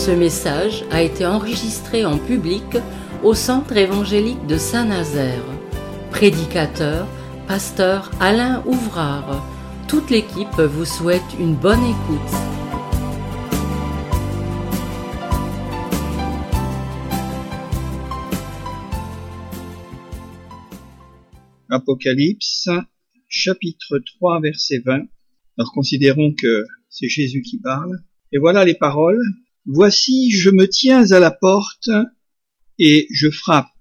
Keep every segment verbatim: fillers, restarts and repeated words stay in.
Ce message a été enregistré en public au Centre évangélique de Saint-Nazaire. Prédicateur, pasteur Alain Ouvrard. Toute l'équipe vous souhaite une bonne écoute. Apocalypse, chapitre trois, verset vingt. Alors considérons que c'est Jésus qui parle. Et voilà les paroles. « Voici, je me tiens à la porte et je frappe.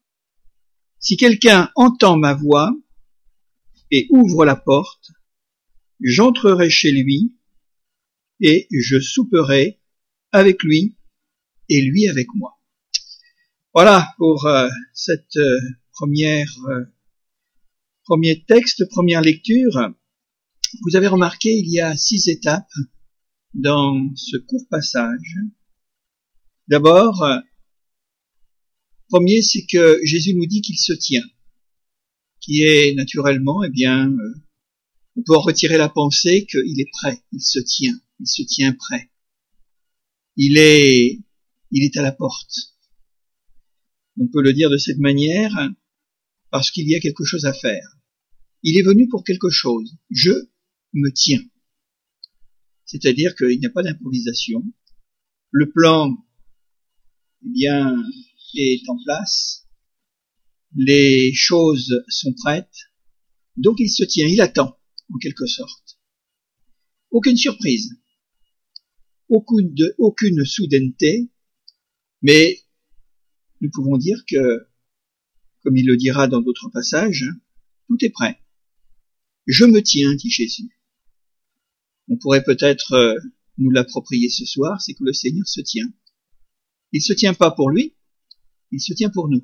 Si quelqu'un entend ma voix et ouvre la porte, j'entrerai chez lui et je souperai avec lui et lui avec moi. » Voilà pour euh, cette euh, première euh, premier texte, première lecture. Vous avez remarqué, il y a six étapes dans ce court passage. D'abord, premier, c'est que Jésus nous dit qu'il se tient, qui est naturellement, eh bien, euh, on peut en retirer la pensée qu'il est prêt, il se tient, il se tient prêt. Il est, il est à la porte. On peut le dire de cette manière parce qu'il y a quelque chose à faire. Il est venu pour quelque chose. Je me tiens. C'est-à-dire qu'il n'y a pas d'improvisation. Le plan, eh bien, est en place. Les choses sont prêtes. Donc il se tient, il attend, en quelque sorte. Aucune surprise. Aucune, de, aucune soudaineté. Mais nous pouvons dire que, comme il le dira dans d'autres passages, tout est prêt. Je me tiens, dit Jésus. On pourrait peut-être euh, nous l'approprier ce soir, c'est que le Seigneur se tient. Il se tient pas pour lui, il se tient pour nous.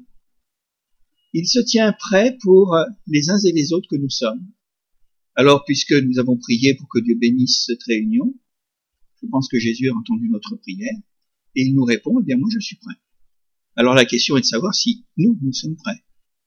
Il se tient prêt pour les uns et les autres que nous sommes. Alors, puisque nous avons prié pour que Dieu bénisse cette réunion, je pense que Jésus a entendu notre prière, et il nous répond, eh bien moi je suis prêt. Alors la question est de savoir si nous, nous sommes prêts.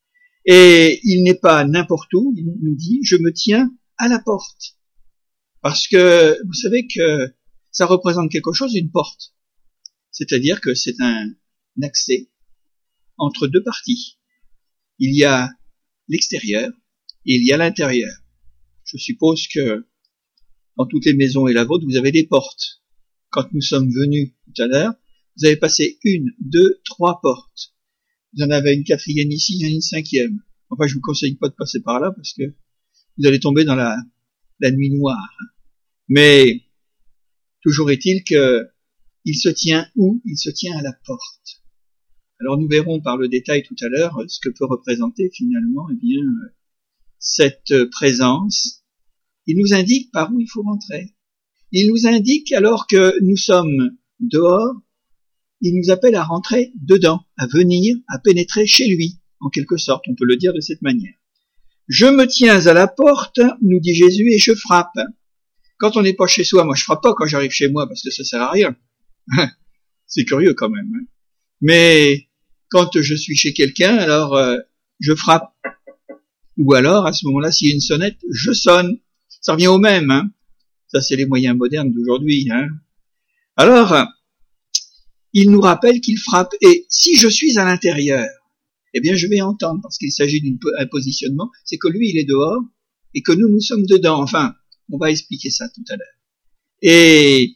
Et il n'est pas n'importe où, il nous dit, je me tiens à la porte. Parce que vous savez que ça représente quelque chose, une porte. C'est-à-dire que c'est un accès entre deux parties. Il y a l'extérieur et il y a l'intérieur. Je suppose que dans toutes les maisons et la vôtre, vous avez des portes. Quand nous sommes venus tout à l'heure, vous avez passé une, deux, trois portes. Vous en avez une quatrième ici, il y en a une cinquième. Enfin, je vous conseille pas de passer par là parce que vous allez tomber dans la, la nuit noire. Mais toujours est-il que il se tient où? Il se tient à la porte. Alors nous verrons par le détail tout à l'heure ce que peut représenter finalement, eh bien, cette présence. Il nous indique par où il faut rentrer. Il nous indique alors que nous sommes dehors, il nous appelle à rentrer dedans, à venir, à pénétrer chez lui, en quelque sorte, on peut le dire de cette manière. Je me tiens à la porte, nous dit Jésus, et je frappe. Quand on n'est pas chez soi, moi je frappe pas quand j'arrive chez moi, parce que ça sert à rien. C'est curieux quand même. Hein. Mais quand je suis chez quelqu'un, alors euh, je frappe. Ou alors, à ce moment-là, s'il y a une sonnette, je sonne. Ça revient au même. Hein. Ça, c'est les moyens modernes d'aujourd'hui. Hein. Alors, il nous rappelle qu'il frappe. Et si je suis à l'intérieur, eh bien, je vais entendre, parce qu'il s'agit d'un positionnement, c'est que lui, il est dehors, et que nous, nous sommes dedans. Enfin, on va expliquer ça tout à l'heure. Et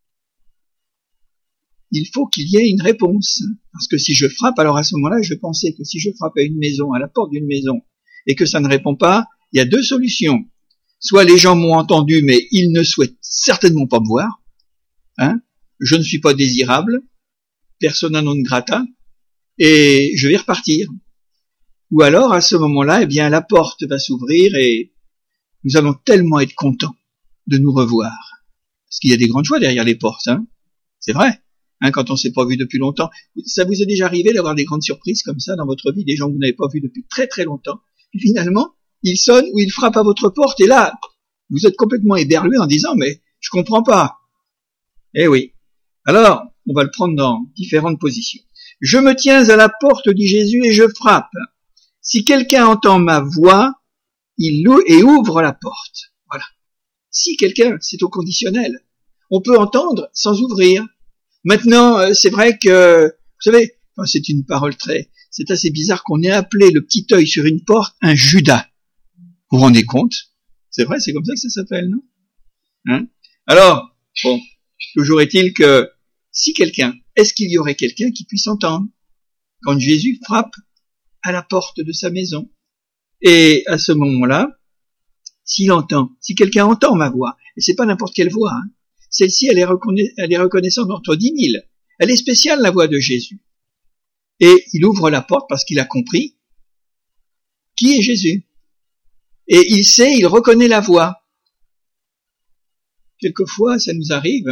il faut qu'il y ait une réponse. Parce que si je frappe, alors à ce moment-là, je pensais que si je frappe à une maison, à la porte d'une maison, et que ça ne répond pas, il y a deux solutions. Soit les gens m'ont entendu, mais ils ne souhaitent certainement pas me voir. Hein, je ne suis pas désirable, persona non grata, et je vais repartir. Ou alors, à ce moment-là, eh bien, la porte va s'ouvrir et nous allons tellement être contents de nous revoir. Parce qu'il y a des grandes joies derrière les portes, hein. C'est vrai, hein, quand on s'est pas vu depuis longtemps. Ça vous est déjà arrivé d'avoir des grandes surprises comme ça dans votre vie, des gens que vous n'avez pas vus depuis très très longtemps. Puis finalement, ils sonnent ou ils frappent à votre porte et là, vous êtes complètement éberlué en disant, mais je comprends pas. Eh oui. Alors, on va le prendre dans différentes positions. Je me tiens à la porte, dit Jésus, et je frappe. Si quelqu'un entend ma voix, il loue et ouvre la porte. Voilà. Si quelqu'un, c'est au conditionnel. On peut entendre sans ouvrir. Maintenant, c'est vrai que, vous savez, enfin, c'est une parole très, c'est assez bizarre qu'on ait appelé le petit œil sur une porte un Judas. Vous vous rendez compte? C'est vrai, c'est comme ça que ça s'appelle, non? Hein? Alors, bon, toujours est-il que si quelqu'un, est-ce qu'il y aurait quelqu'un qui puisse entendre quand Jésus frappe à la porte de sa maison? Et à ce moment-là, s'il entend, si quelqu'un entend ma voix, et c'est pas n'importe quelle voix, hein, celle-ci, elle est, reconna- elle est reconnaissante entre dix mille. Elle est spéciale, la voix de Jésus. Et il ouvre la porte parce qu'il a compris qui est Jésus. Et il sait, il reconnaît la voix. Quelquefois, ça nous arrive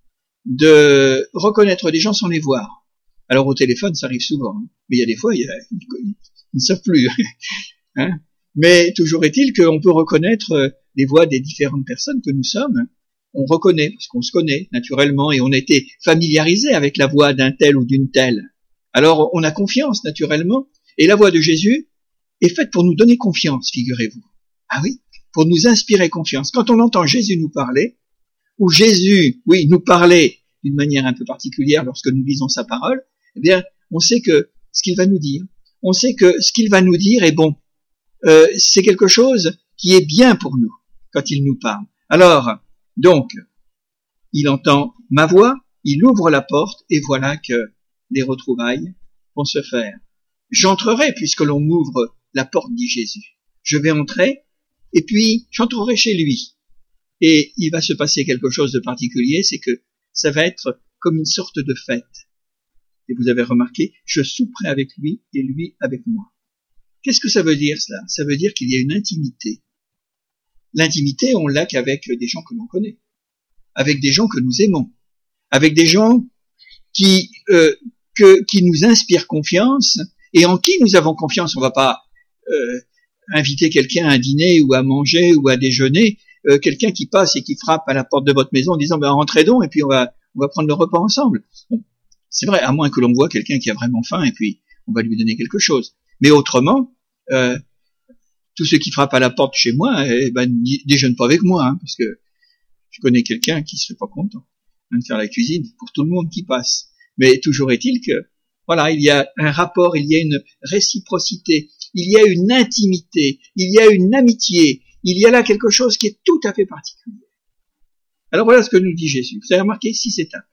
de reconnaître des gens sans les voir. Alors au téléphone, ça arrive souvent. Hein. Mais il y a des fois, il y a, ils ne savent plus. Hein. Mais toujours est-il qu'on peut reconnaître les voix des différentes personnes que nous sommes. On reconnaît, parce qu'on se connaît naturellement, et on a été familiarisé avec la voix d'un tel ou d'une telle. Alors on a confiance naturellement, et la voix de Jésus est faite pour nous donner confiance, figurez-vous. Ah oui, pour nous inspirer confiance. Quand on entend Jésus nous parler, ou Jésus, oui, nous parler d'une manière un peu particulière lorsque nous lisons sa parole, eh bien, on sait que ce qu'il va nous dire, on sait que ce qu'il va nous dire est bon. Euh, c'est quelque chose qui est bien pour nous quand il nous parle. Alors, donc, il entend ma voix, il ouvre la porte et voilà que les retrouvailles vont se faire. J'entrerai puisque l'on m'ouvre la porte, dit Jésus. Je vais entrer et puis j'entrerai chez lui. Et il va se passer quelque chose de particulier, c'est que ça va être comme une sorte de fête. Et vous avez remarqué, je souperai avec lui et lui avec moi. Qu'est-ce que ça veut dire cela? Ça veut dire qu'il y a une intimité. L'intimité, on l'a qu'avec des gens que l'on connaît, avec des gens que nous aimons, avec des gens qui euh, que, qui nous inspirent confiance et en qui nous avons confiance. On va pas euh, inviter quelqu'un à un dîner ou à manger ou à déjeuner, euh, quelqu'un qui passe et qui frappe à la porte de votre maison en disant ben, « rentrez donc et puis on va on va prendre le repas ensemble ». Bon, c'est vrai, à moins que l'on voit quelqu'un qui a vraiment faim et puis on va lui donner quelque chose. Mais autrement, euh, tous ceux qui frappent à la porte chez moi, eh ben, déjeunent pas avec moi, hein, parce que je connais quelqu'un qui serait pas content hein, de faire la cuisine pour tout le monde qui passe. Mais toujours est-il que, voilà, il y a un rapport, il y a une réciprocité, il y a une intimité, il y a une amitié, il y a là quelque chose qui est tout à fait particulier. Alors voilà ce que nous dit Jésus. Vous avez remarqué six étapes.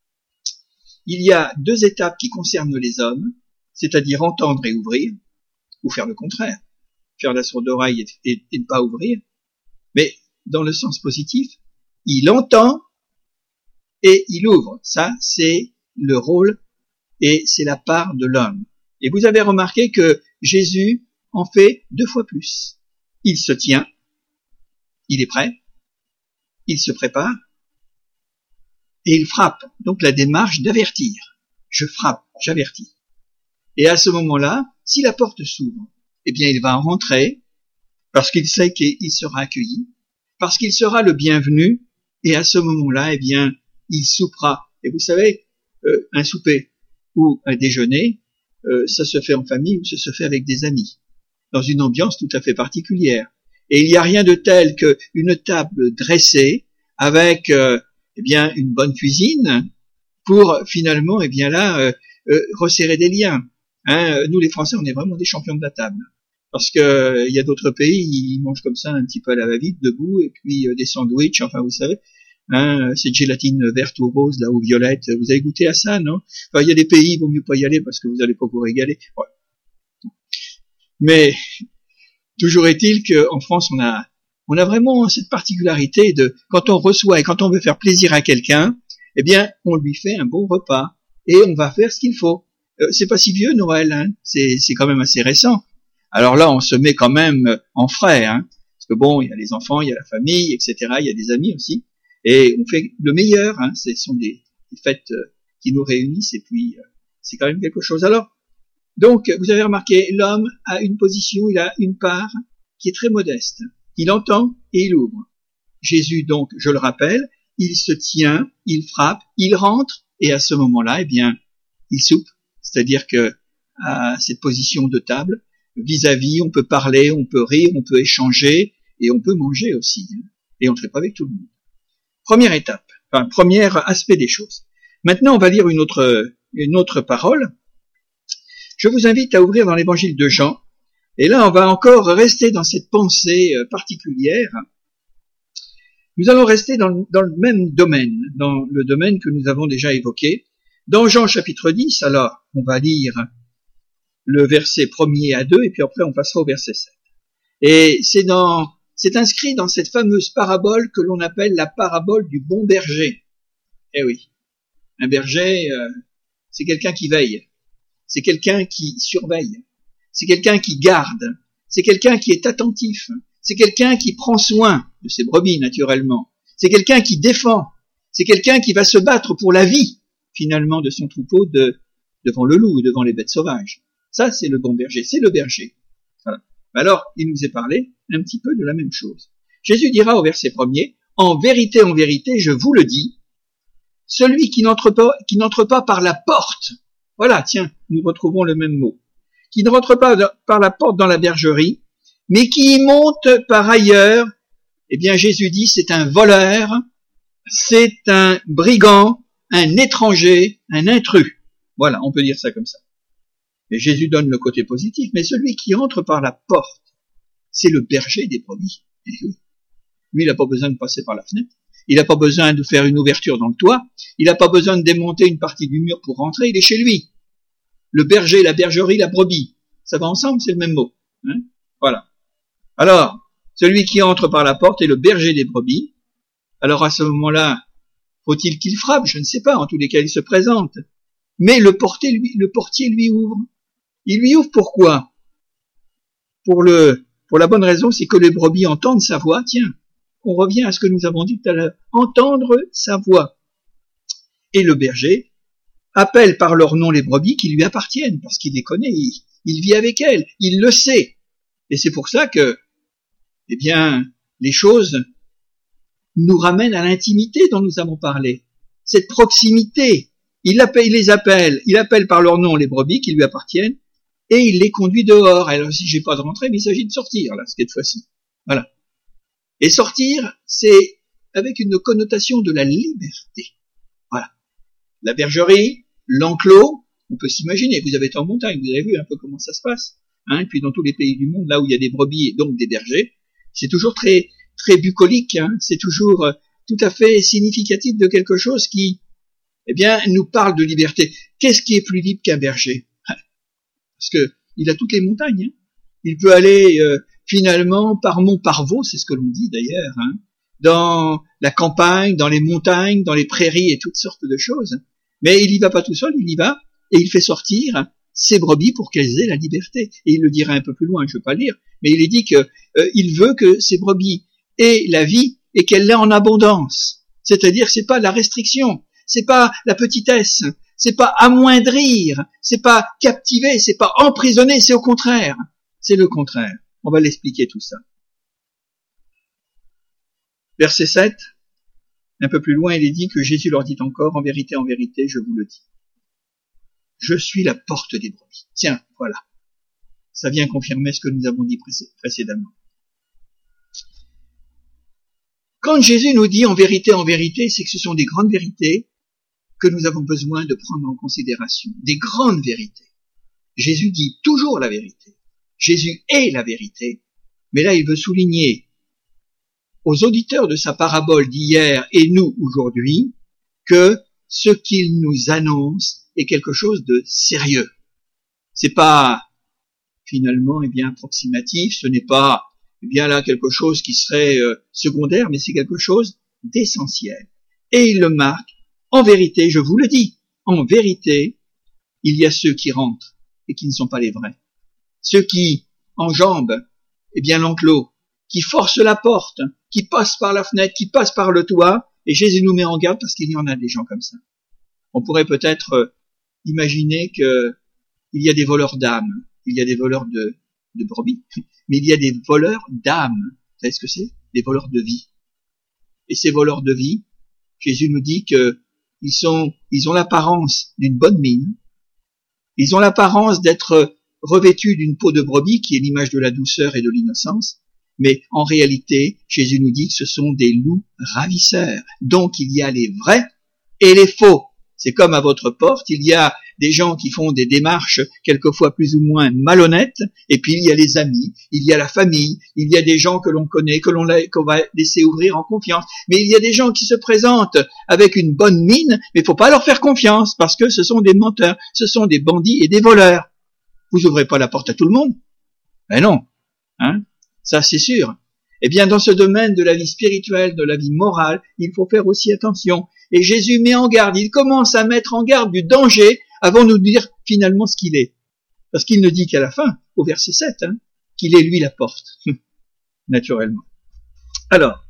Il y a deux étapes qui concernent les hommes, c'est-à-dire entendre et ouvrir, ou faire le contraire, faire la sourde oreille et, et, et ne pas ouvrir, mais dans le sens positif, il entend et il ouvre. Ça, c'est le rôle et c'est la part de l'homme. Et vous avez remarqué que Jésus en fait deux fois plus. Il se tient, il est prêt, il se prépare et il frappe. Donc la démarche d'avertir. Je frappe, j'avertis. Et à ce moment-là, si la porte s'ouvre, eh bien il va rentrer parce qu'il sait qu'il sera accueilli, parce qu'il sera le bienvenu, et à ce moment-là, eh bien, il soupera. Et vous savez, euh, un souper ou un déjeuner, euh, ça se fait en famille ou ça se fait avec des amis, dans une ambiance tout à fait particulière. Et il n'y a rien de tel qu'une table dressée avec euh, eh bien une bonne cuisine pour finalement, eh bien là, euh, euh, resserrer des liens. Hein, nous les Français, on est vraiment des champions de la table. Parce que euh, il y a d'autres pays, ils mangent comme ça un petit peu à la va-vite, debout, et puis euh, des sandwichs, enfin vous savez, hein, cette gélatine verte ou rose, là, ou violette, vous avez goûté à ça, non? Enfin, il y a des pays, il vaut mieux pas y aller parce que vous allez pas vous régaler. Ouais. Mais toujours est-il qu'en France, on a on a vraiment cette particularité de, quand on reçoit et quand on veut faire plaisir à quelqu'un, eh bien, on lui fait un bon repas, et on va faire ce qu'il faut. Euh, c'est pas si vieux, Noël, hein, c'est, c'est quand même assez récent. Alors là, on se met quand même en frais, hein, parce que bon, il y a les enfants, il y a la famille, et cetera, il y a des amis aussi, et on fait le meilleur, hein, ce sont des, des fêtes qui nous réunissent, et puis euh, c'est quand même quelque chose. Alors, donc, vous avez remarqué, l'homme a une position, il a une part qui est très modeste. Il entend et il ouvre. Jésus, donc, je le rappelle, il se tient, il frappe, il rentre, et à ce moment-là, eh bien, il soupe, c'est-à-dire que à cette position de table, vis-à-vis, on peut parler, on peut rire, on peut échanger, et on peut manger aussi. Et on ne fait pas avec tout le monde. Première étape, enfin, premier aspect des choses. Maintenant, on va lire une autre, une autre parole. Je vous invite à ouvrir dans l'évangile de Jean. Et là, on va encore rester dans cette pensée particulière. Nous allons rester dans le, dans le même domaine, dans le domaine que nous avons déjà évoqué. Dans Jean chapitre dix, alors, on va lire le verset premier à deux, et puis après on passera au verset sept. Et c'est dans, c'est inscrit dans cette fameuse parabole que l'on appelle la parabole du bon berger. Eh oui. Un berger, euh, c'est quelqu'un qui veille. C'est quelqu'un qui surveille. C'est quelqu'un qui garde. C'est quelqu'un qui est attentif. C'est quelqu'un qui prend soin de ses brebis, naturellement. C'est quelqu'un qui défend. C'est quelqu'un qui va se battre pour la vie, finalement, de son troupeau de, devant le loup, devant les bêtes sauvages. Ça, c'est le bon berger. C'est le berger. Voilà. Alors, il nous est parlé un petit peu de la même chose. Jésus dira au verset premier, « En vérité, en vérité, je vous le dis, celui qui n'entre pas, qui n'entre pas par la porte, voilà, tiens, nous retrouvons le même mot, qui ne rentre pas par la porte dans la bergerie, mais qui y monte par ailleurs, eh bien Jésus dit c'est un voleur, c'est un brigand, un étranger, un intrus. Voilà, on peut dire ça comme ça. Et Jésus donne le côté positif, mais celui qui entre par la porte, c'est le berger des brebis. Et oui. Lui, il n'a pas besoin de passer par la fenêtre. Il n'a pas besoin de faire une ouverture dans le toit. Il n'a pas besoin de démonter une partie du mur pour rentrer. Il est chez lui. Le berger, la bergerie, la brebis. Ça va ensemble, c'est le même mot. Hein, voilà. Alors, celui qui entre par la porte est le berger des brebis. Alors à ce moment-là, faut-il qu'il frappe? Je ne sais pas. En tous les cas, il se présente. Mais le portier lui, le portier lui ouvre. Il lui ouvre pourquoi? Pour le, pour la bonne raison, c'est que les brebis entendent sa voix. Tiens, on revient à ce que nous avons dit tout à l'heure. Entendre sa voix. Et le berger appelle par leur nom les brebis qui lui appartiennent, parce qu'il les connaît, il, il vit avec elles, il le sait. Et c'est pour ça que, eh bien, les choses nous ramènent à l'intimité dont nous avons parlé. Cette proximité. Il, appelle, il les appelle, il appelle par leur nom les brebis qui lui appartiennent, et il les conduit dehors. Alors si j'ai pas de rentrer, mais il s'agit de sortir, là, cette fois-ci. Voilà. Et sortir, c'est avec une connotation de la liberté. Voilà. La bergerie, l'enclos, on peut s'imaginer, vous avez été en montagne, vous avez vu un peu comment ça se passe. Hein, et puis dans tous les pays du monde, là où il y a des brebis et donc des bergers, c'est toujours très très bucolique, hein, c'est toujours euh, tout à fait significatif de quelque chose qui, eh bien, nous parle de liberté. Qu'est-ce qui est plus libre qu'un berger? Parce que il a toutes les montagnes. Hein. Il peut aller euh, finalement par mont par vaux, c'est ce que l'on dit d'ailleurs, hein, dans la campagne, dans les montagnes, dans les prairies et toutes sortes de choses. Mais il y va pas tout seul, il y va et il fait sortir ses brebis pour qu'elles aient la liberté. Et il le dira un peu plus loin, je ne veux pas le lire, mais il est dit que euh, il veut que ces brebis aient la vie et qu'elle l'ait en abondance. C'est-à-dire que c'est pas la restriction, c'est pas la petitesse, c'est pas amoindrir, c'est pas captiver, c'est pas emprisonner, c'est au contraire. C'est le contraire. On va l'expliquer tout ça. Verset sept, un peu plus loin, il est dit que Jésus leur dit encore, en vérité, en vérité, je vous le dis. Je suis la porte des brebis. Tiens, voilà. Ça vient confirmer ce que nous avons dit précédemment. Quand Jésus nous dit en vérité, en vérité, c'est que ce sont des grandes vérités que nous avons besoin de prendre en considération. Des grandes vérités. Jésus dit toujours la vérité. Jésus est la vérité. Mais là, il veut souligner aux auditeurs de sa parabole d'hier et nous aujourd'hui que ce qu'il nous annonce est quelque chose de sérieux. C'est pas finalement eh bien approximatif, ce n'est pas eh bien là quelque chose qui serait euh, secondaire, mais c'est quelque chose d'essentiel. Et il le marque, en vérité, je vous le dis, en vérité, il y a ceux qui rentrent et qui ne sont pas les vrais. Ceux qui enjambent eh bien l'enclos, qui forcent la porte, qui passent par la fenêtre, qui passent par le toit, et Jésus nous met en garde parce qu'il y en a des gens comme ça. On pourrait peut-être euh, imaginer que il y a des voleurs d'âmes, il y a des voleurs de, de brebis, mais il y a des voleurs d'âmes. Vous savez ce que c'est? Des voleurs de vie. Et ces voleurs de vie, Jésus nous dit que ils sont, ils ont l'apparence d'une bonne mine, ils ont l'apparence d'être revêtus d'une peau de brebis qui est l'image de la douceur et de l'innocence, mais en réalité, Jésus nous dit que ce sont des loups ravisseurs. Donc il y a les vrais et les faux. C'est comme à votre porte, il y a des gens qui font des démarches quelquefois plus ou moins malhonnêtes, et puis il y a les amis, il y a la famille, il y a des gens que l'on connaît, que l'on qu'on va laisser ouvrir en confiance. Mais il y a des gens qui se présentent avec une bonne mine, mais il faut pas leur faire confiance, parce que ce sont des menteurs, ce sont des bandits et des voleurs. Vous ouvrez pas la porte à tout le monde? Ben non, hein, ça c'est sûr. Eh bien, dans ce domaine de la vie spirituelle, de la vie morale, il faut faire aussi attention. Et Jésus met en garde, il commence à mettre en garde du danger avant de nous dire finalement ce qu'il est. Parce qu'il ne dit qu'à la fin, au verset sept, hein, qu'il est lui la porte, naturellement. Alors,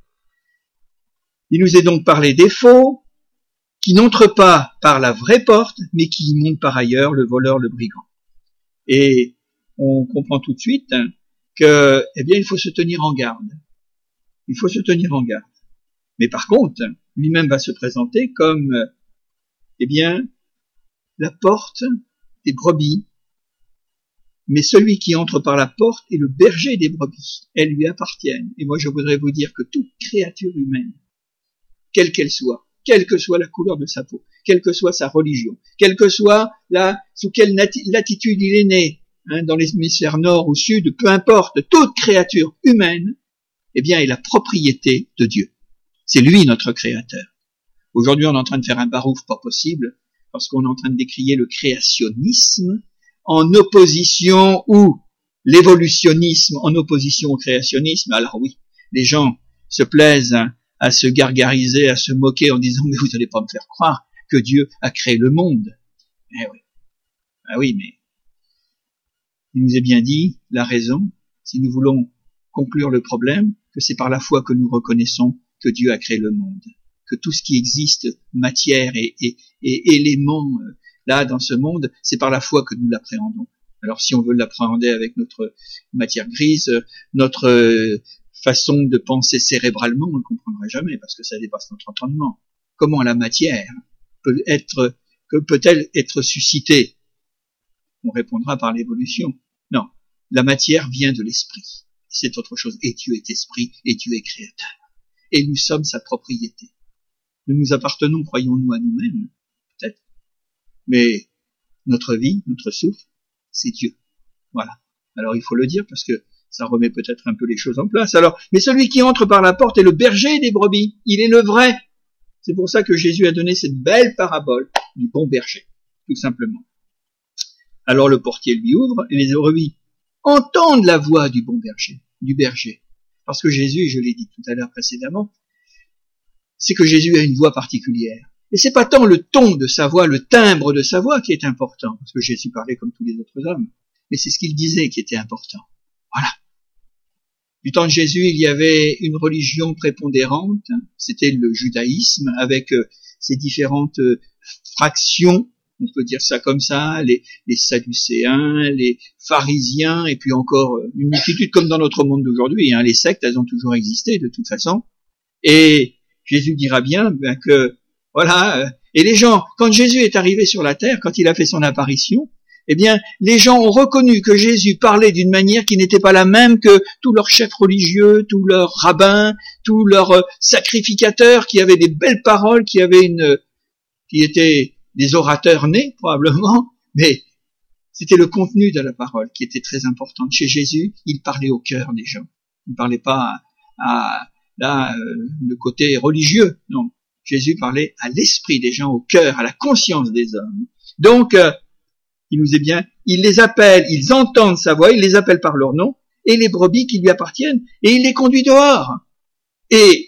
il nous est donc parlé des faux, qui n'entrent pas par la vraie porte, mais qui y montent par ailleurs, le voleur, le brigand. Et on comprend tout de suite hein, que, eh bien, il faut se tenir en garde. Il faut se tenir en garde. Mais par contre, lui-même va se présenter comme, eh bien, la porte des brebis. Mais celui qui entre par la porte est le berger des brebis. Elles lui appartiennent. Et moi, je voudrais vous dire que toute créature humaine, quelle qu'elle soit, quelle que soit la couleur de sa peau, quelle que soit sa religion, quelle que soit la, sous quelle latitude il est né, hein, dans l'hémisphère nord ou sud, peu importe, toute créature humaine, eh bien, est la propriété de Dieu. C'est lui notre créateur. Aujourd'hui, on est en train de faire un barouf pas possible, parce qu'on est en train de décrier le créationnisme en opposition ou l'évolutionnisme en opposition au créationnisme. Alors oui, les gens se plaisent hein, à se gargariser, à se moquer en disant « mais vous n'allez pas me faire croire que Dieu a créé le monde ». Eh oui, ah oui, mais il nous est bien dit, la raison, si nous voulons conclure le problème, que c'est par la foi que nous reconnaissons que Dieu a créé le monde, que tout ce qui existe, matière et, et, et éléments euh, là dans ce monde, c'est par la foi que nous l'appréhendons. Alors si on veut l'appréhender avec notre matière grise, notre euh, façon de penser cérébralement, on ne le comprendrait jamais parce que ça dépasse notre entendement. Comment la matière peut être, que peut-elle être suscitée? On répondra par l'évolution. Non, la matière vient de l'esprit. C'est autre chose. Et Dieu est esprit, et Dieu est créateur. Et nous sommes sa propriété. Nous nous appartenons, croyons-nous, à nous-mêmes, peut-être. Mais notre vie, notre souffle, c'est Dieu. Voilà. Alors il faut le dire parce que ça remet peut-être un peu les choses en place. Alors, mais celui qui entre par la porte est le berger des brebis. Il est le vrai. C'est pour ça que Jésus a donné cette belle parabole du bon berger, tout simplement. Alors le portier lui ouvre et les brebis entendent la voix du bon berger, du berger. Parce que Jésus, je l'ai dit tout à l'heure précédemment, c'est que Jésus a une voix particulière. Et c'est pas tant le ton de sa voix, le timbre de sa voix qui est important, parce que Jésus parlait comme tous les autres hommes, mais c'est ce qu'il disait qui était important. Voilà. Du temps de Jésus, il y avait une religion prépondérante, c'était le judaïsme, avec ses différentes fractions, on peut dire ça comme ça, les, les sadducéens, les pharisiens, et puis encore une multitude comme dans notre monde d'aujourd'hui. Hein, les sectes, elles ont toujours existé de toute façon. Et Jésus dira bien ben, que, voilà, et les gens, quand Jésus est arrivé sur la terre, quand il a fait son apparition, eh bien, les gens ont reconnu que Jésus parlait d'une manière qui n'était pas la même que tous leurs chefs religieux, tous leurs rabbins, tous leurs sacrificateurs, qui avaient des belles paroles, qui avaient une, qui étaient des orateurs nés, probablement, mais c'était le contenu de la parole qui était très important. Chez Jésus, il parlait au cœur des gens. Il ne parlait pas à, à là, euh, le côté religieux. Non. Jésus parlait à l'esprit des gens, au cœur, à la conscience des hommes. Donc, euh, il nous est bien, il les appelle, ils entendent sa voix, il les appelle par leur nom, et les brebis qui lui appartiennent, et il les conduit dehors. Et,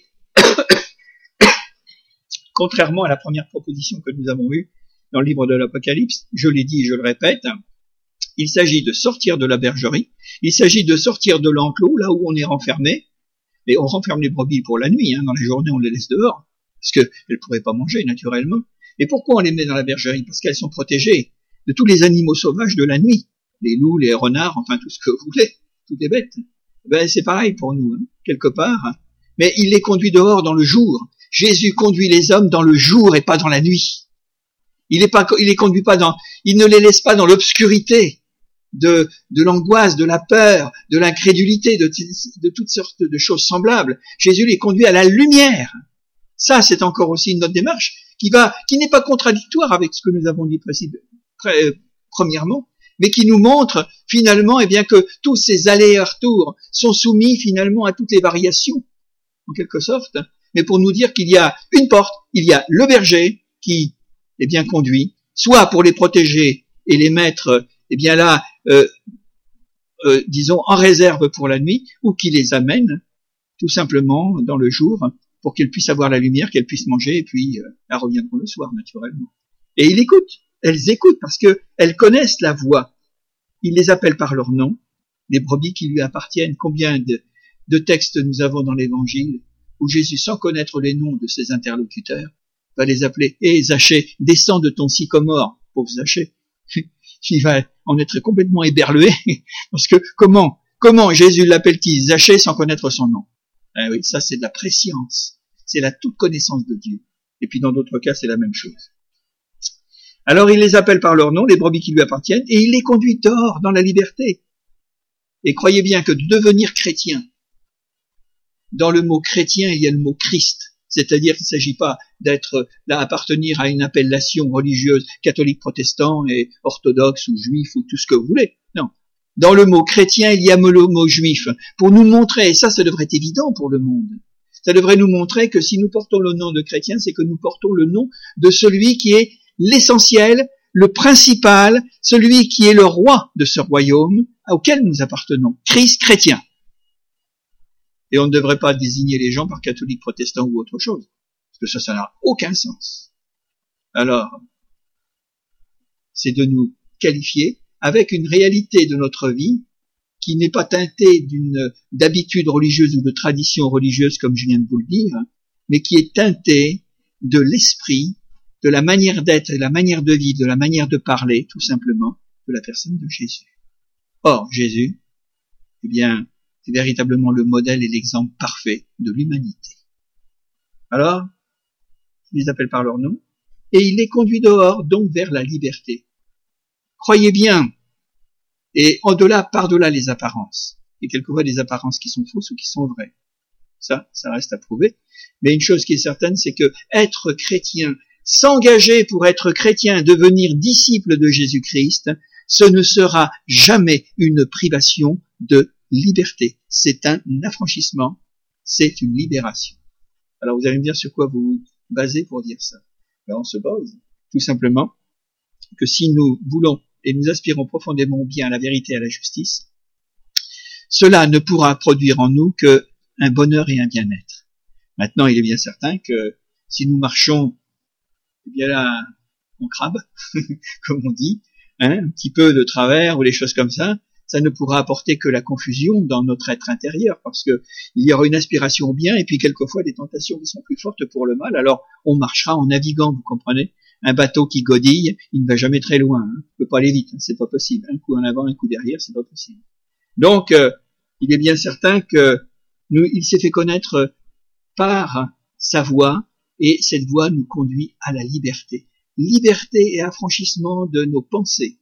contrairement à la première proposition que nous avons eue dans le livre de l'Apocalypse, je l'ai dit et je le répète, il s'agit de sortir de la bergerie, il s'agit de sortir de l'enclos, là où on est renfermé, et on renferme les brebis pour la nuit, hein, dans la journée on les laisse dehors, parce qu'elles ne pourraient pas manger naturellement. Et pourquoi on les met dans la bergerie? Parce qu'elles sont protégées de tous les animaux sauvages de la nuit, les loups, les renards, enfin tout ce que vous voulez, toutes les bêtes. Ben c'est pareil pour nous, hein, quelque part, mais il les conduit dehors dans le jour. Jésus conduit les hommes dans le jour et pas dans la nuit. Il est pas, il les conduit pas dans, il ne les laisse pas dans l'obscurité de, de l'angoisse, de la peur, de l'incrédulité, de, de toutes sortes de choses semblables. Jésus les conduit à la lumière. Ça, c'est encore aussi une autre démarche qui va, qui n'est pas contradictoire avec ce que nous avons dit premièrement, mais qui nous montre finalement, eh bien, que tous ces allers-retours sont soumis finalement à toutes les variations, en quelque sorte, mais pour nous dire qu'il y a une porte, il y a le berger qui, eh bien, conduit, soit pour les protéger et les mettre, eh bien là, euh, euh, disons, en réserve pour la nuit, ou qui les amène tout simplement dans le jour pour qu'elles puissent avoir la lumière, qu'elles puissent manger, et puis euh, elles reviendront le soir, naturellement. Et il écoute. Elles écoutent parce que elles connaissent la voix. Il les appelle par leur nom, les brebis qui lui appartiennent. Combien de, de textes nous avons dans l'Évangile où Jésus, sans connaître les noms de ses interlocuteurs, va les appeler. Hé, hey, Zachée, descends de ton sycomore, pauvre Zachée. Il va en être complètement éberlué parce que comment, comment Jésus l'appelle-t-il Zachée sans connaître son nom? Eh oui, ça c'est de la préscience, c'est la toute connaissance de Dieu. Et puis dans d'autres cas, c'est la même chose. Alors il les appelle par leur nom, les brebis qui lui appartiennent, et il les conduit dehors, dans la liberté. Et croyez bien que de devenir chrétien, dans le mot chrétien, il y a le mot Christ, c'est-à-dire qu'il ne s'agit pas d'être là, appartenir à une appellation religieuse catholique, protestant et orthodoxe ou juif ou tout ce que vous voulez. Non. Dans le mot chrétien, il y a le mot juif, pour nous montrer, et ça, ça devrait être évident pour le monde, ça devrait nous montrer que si nous portons le nom de chrétien, c'est que nous portons le nom de celui qui est l'essentiel, le principal, celui qui est le roi de ce royaume auquel nous appartenons, Christ chrétien. Et on ne devrait pas désigner les gens par catholique, protestant ou autre chose, parce que ça, ça n'a aucun sens. Alors, c'est de nous qualifier avec une réalité de notre vie qui n'est pas teintée d'une d'habitude religieuse ou de tradition religieuse, comme je viens de vous le dire, mais qui est teintée de l'esprit, de la manière d'être, de la manière de vivre, de la manière de parler, tout simplement, de la personne de Jésus. Or, Jésus, eh bien, c'est véritablement le modèle et l'exemple parfait de l'humanité. Alors, il les appelle par leur nom, et il les conduit dehors, donc vers la liberté. Croyez bien, et au-delà, par-delà les apparences, et quelquefois des apparences qui sont fausses ou qui sont vraies. Ça, ça reste à prouver. Mais une chose qui est certaine, c'est que être chrétien, s'engager pour être chrétien, devenir disciple de Jésus-Christ, ce ne sera jamais une privation de liberté. C'est un affranchissement, c'est une libération. Alors vous allez me dire sur quoi vous vous basez pour dire ça. Ben, on se base tout simplement que si nous voulons et nous aspirons profondément au bien, à la vérité et à la justice, cela ne pourra produire en nous que un bonheur et un bien-être. Maintenant, il est bien certain que si nous marchons eh bien là, on crabe, comme on dit, hein, un petit peu de travers ou les choses comme ça, ça ne pourra apporter que la confusion dans notre être intérieur, parce que il y aura une aspiration au bien et puis quelquefois des tentations qui sont plus fortes pour le mal. Alors on marchera en naviguant, vous comprenez. Un bateau qui godille, il ne va jamais très loin, hein. Il peut pas aller vite, hein. C'est pas possible. Un coup en avant, un coup derrière, c'est pas possible. Donc euh, il est bien certain que nous, il s'est fait connaître par sa voix, et cette voie nous conduit à la liberté. Liberté et affranchissement de nos pensées.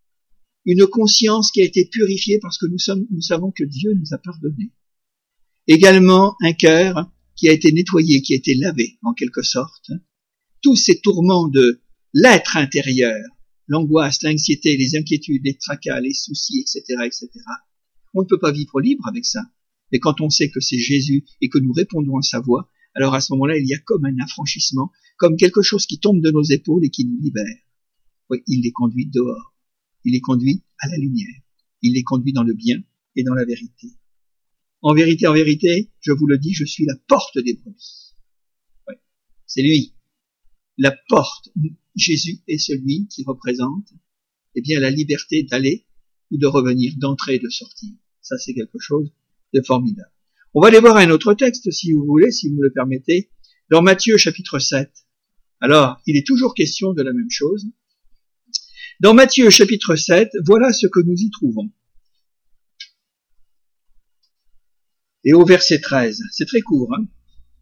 Une conscience qui a été purifiée parce que nous, sommes, nous savons que Dieu nous a pardonné. Également un cœur qui a été nettoyé, qui a été lavé en quelque sorte. Tous ces tourments de l'être intérieur, l'angoisse, l'anxiété, les inquiétudes, les tracas, les soucis, et cetera, et cetera. On ne peut pas vivre libre avec ça. Mais quand on sait que c'est Jésus et que nous répondons à sa voix, alors à ce moment-là, il y a comme un affranchissement, comme quelque chose qui tombe de nos épaules et qui nous libère. Oui, il les conduit dehors. Il les conduit à la lumière. Il les conduit dans le bien et dans la vérité. En vérité, en vérité, je vous le dis, je suis la porte des brebis. Oui, c'est lui. La porte. Jésus est celui qui représente, eh bien, la liberté d'aller ou de revenir, d'entrer et de sortir. Ça, c'est quelque chose de formidable. On va aller voir un autre texte, si vous voulez, si vous me le permettez, dans Matthieu chapitre sept. Alors, il est toujours question de la même chose. Dans Matthieu chapitre sept, voilà ce que nous y trouvons. Et au verset treize, c'est très court, hein.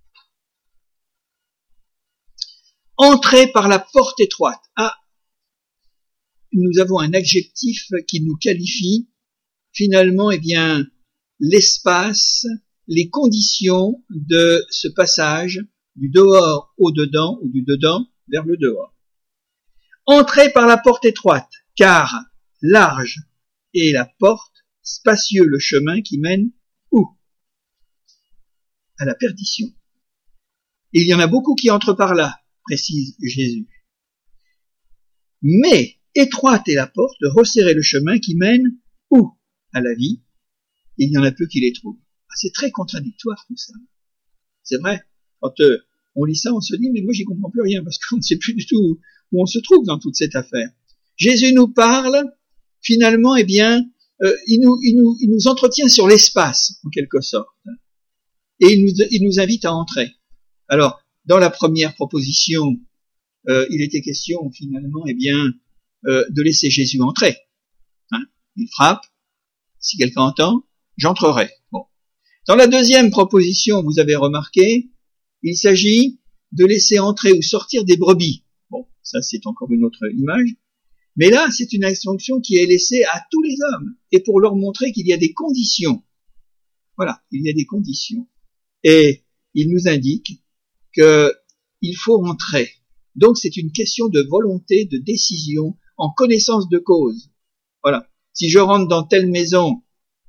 Entrez par la porte étroite. Ah, nous avons un adjectif qui nous qualifie finalement, eh bien, l'espace, les conditions de ce passage du dehors au dedans ou du dedans vers le dehors. Entrez par la porte étroite, car large est la porte, spacieux le chemin qui mène où? À la perdition. Et il y en a beaucoup qui entrent par là, précise Jésus. Mais étroite est la porte, resserrez le chemin qui mène où? À la vie. Et il y en a peu qui les trouvent. Ah, c'est très contradictoire tout ça. C'est vrai. Quand euh, on lit ça, on se dit, mais moi j'y comprends plus rien, parce qu'on ne sait plus du tout où on se trouve dans toute cette affaire. Jésus nous parle, finalement, eh bien, euh, il, nous, il, nous, il nous entretient sur l'espace, en quelque sorte. Et il nous, il nous invite à entrer. Alors, dans la première proposition, euh, il était question, finalement, eh bien, euh, de laisser Jésus entrer. Hein, il frappe. Si quelqu'un entend, j'entrerai. Bon. Dans la deuxième proposition, vous avez remarqué, il s'agit de laisser entrer ou sortir des brebis. Bon, ça c'est encore une autre image. Mais là, c'est une instruction qui est laissée à tous les hommes, et pour leur montrer qu'il y a des conditions. Voilà, il y a des conditions. Et il nous indique qu'il faut entrer. Donc c'est une question de volonté, de décision, en connaissance de cause. Voilà. Si je rentre dans telle maison,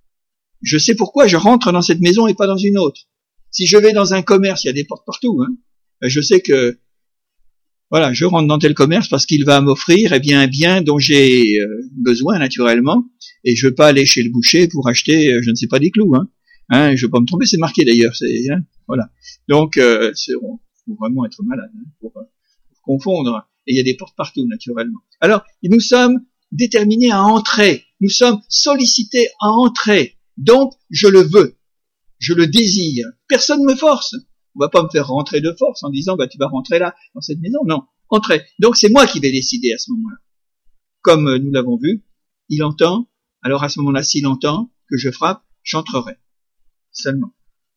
je sais pourquoi je rentre dans cette maison et pas dans une autre. Si je vais dans un commerce, il y a des portes partout, hein. Je sais que, voilà, je rentre dans tel commerce parce qu'il va m'offrir, eh bien, un bien dont j'ai besoin, naturellement, et je veux pas aller chez le boucher pour acheter, je ne sais pas, des clous, hein. Hein, je veux pas me tromper, c'est marqué d'ailleurs, c'est, hein, voilà. Donc, euh, c'est, on, faut vraiment être malade, hein, pour, pour confondre. Et il y a des portes partout, naturellement. Alors, nous sommes déterminés à entrer. Nous sommes sollicités à entrer. Donc, je le veux. Je le désire. Personne ne me force. On va pas me faire rentrer de force en disant, bah, tu vas rentrer là, dans cette maison. Non. Entrer. Donc, c'est moi qui vais décider à ce moment-là. Comme nous l'avons vu, il entend. Alors, à ce moment-là, s'il entend que je frappe, j'entrerai. Seulement.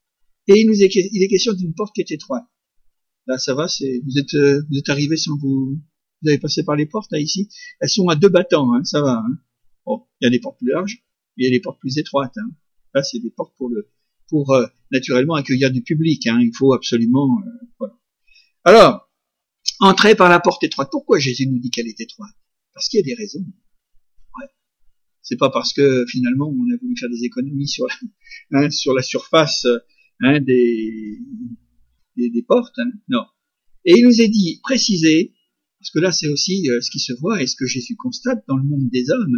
Et il nous est, il est question d'une porte qui est étroite. Là, ça va, c'est, vous êtes, euh, vous êtes arrivé sans vous, vous avez passé par les portes, là, ici. Elles sont à deux battants, hein, ça va, hein. Bon, il y a des portes plus larges, mais il y a des portes plus étroites, hein. Là, c'est des portes pour le, pour, euh, naturellement accueillir du public, hein. Il faut absolument, euh, voilà. Alors, entrer par la porte étroite. Pourquoi Jésus nous dit qu'elle est étroite? Parce qu'il y a des raisons. Ouais. C'est pas parce que, finalement, on a voulu faire des économies sur la, hein, sur la surface, hein, des, Des, des portes, hein, non. Et il nous est dit, précisé, parce que là c'est aussi euh, ce qui se voit et ce que Jésus constate dans le monde des hommes,